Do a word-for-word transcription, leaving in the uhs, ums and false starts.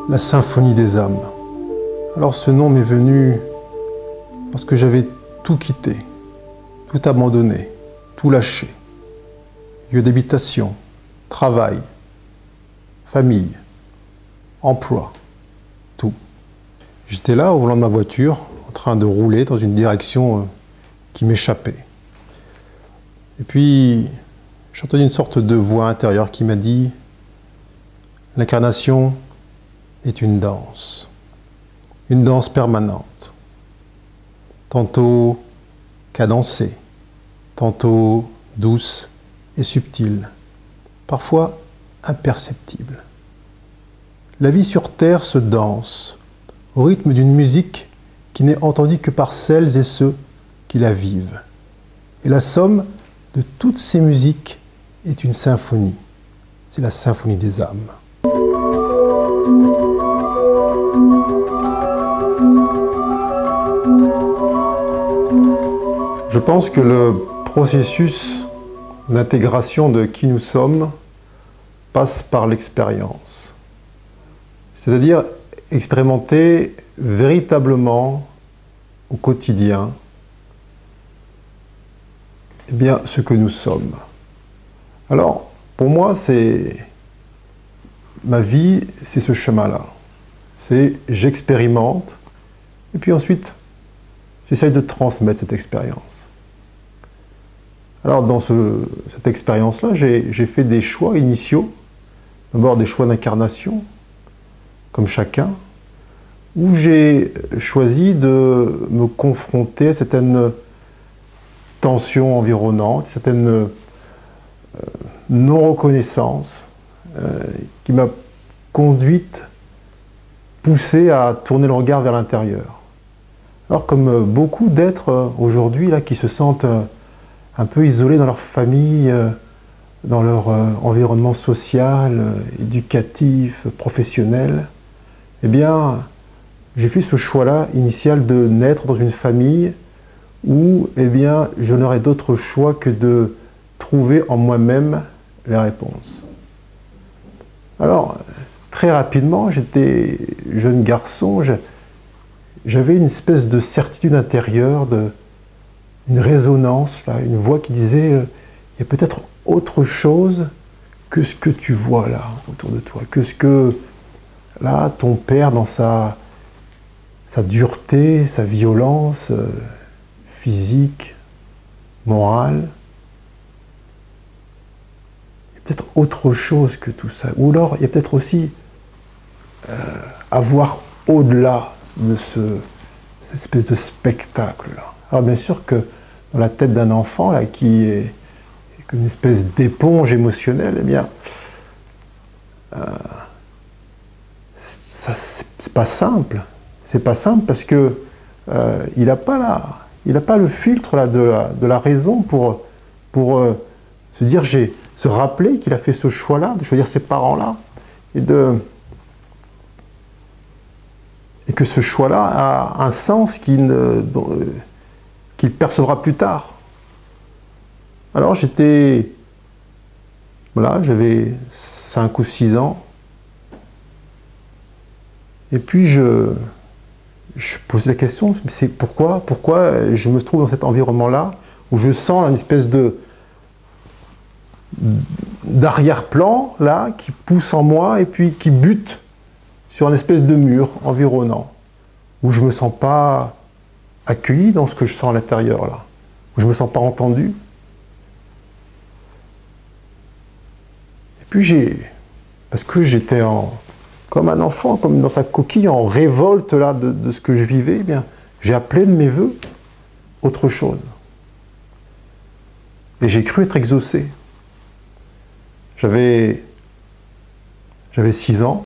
La symphonie des âmes. Alors ce nom m'est venu parce que j'avais tout quitté, tout abandonné, tout lâché. Lieu d'habitation, travail, famille, emploi, tout. J'étais là au volant de ma voiture, en train de rouler dans une direction qui m'échappait. Et puis, j'ai entendu une sorte de voix intérieure qui m'a dit « L'incarnation est une danse, une danse permanente, tantôt cadencée, tantôt douce et subtile, parfois imperceptible. La vie sur Terre se danse au rythme d'une musique qui n'est entendue que par celles et ceux qui la vivent. Et la somme de toutes ces musiques est une symphonie. C'est la symphonie des âmes. Je pense que le processus d'intégration de qui nous sommes passe par l'expérience. C'est-à-dire expérimenter véritablement au quotidien eh bien, ce que nous sommes. Alors, pour moi, c'est ma vie, c'est ce chemin-là. C'est j'expérimente et puis ensuite, j'essaye de transmettre cette expérience. Alors, dans ce, cette expérience-là, j'ai fait des choix initiaux, d'abord des choix d'incarnation, comme chacun, où j'ai choisi de me confronter à certaines tensions environnantes, certaines euh, non-reconnaissances, euh, qui m'a conduite, poussée à tourner le regard vers l'intérieur. Alors, comme beaucoup d'êtres aujourd'hui, là, qui se sentent euh, un peu isolés dans leur famille, euh, dans leur euh, environnement social, euh, éducatif, professionnel, eh bien, j'ai fait ce choix-là initial de naître dans une famille où, eh bien, je n'aurais d'autre choix que de trouver en moi-même les réponses. Alors, très rapidement, j'étais jeune garçon, j'avais une espèce de certitude intérieure, de, une résonance, là, une voix qui disait euh, il y a peut-être autre chose que ce que tu vois là, autour de toi, que ce que, là, ton père, dans sa, sa dureté, sa violence euh, physique, morale, il y a peut-être autre chose que tout ça. Ou alors, il y a peut-être aussi euh, avoir au-delà de ce, cette espèce de spectacle-là. Alors bien sûr que dans la tête d'un enfant là, qui est une espèce d'éponge émotionnelle, eh bien, euh, ça c'est pas simple. C'est pas simple parce que euh, il n'a pas la, il n'a pas le filtre là de la, de la raison pour pour euh, se dire j'ai se rappeler qu'il a fait ce choix-là, de choisir ces parents-là et de et que ce choix-là a un sens qu'il ne qu'il percevra plus tard. Alors j'étais, voilà, j'avais cinq ou six ans, et puis je, je posais la question, c'est pourquoi, pourquoi je me trouve dans cet environnement-là, où je sens une espèce de d'arrière-plan, là, qui pousse en moi, et puis qui bute sur une espèce de mur environnant, où je ne me sens pas accueilli dans ce que je sens à l'intérieur, là, où je ne me sens pas entendu. Et puis j'ai, parce que j'étais en, comme un enfant, comme dans sa coquille, en révolte là de, de ce que je vivais, eh bien, j'ai appelé de mes voeux autre chose. Et j'ai cru être exaucé. J'avais, j'avais six ans,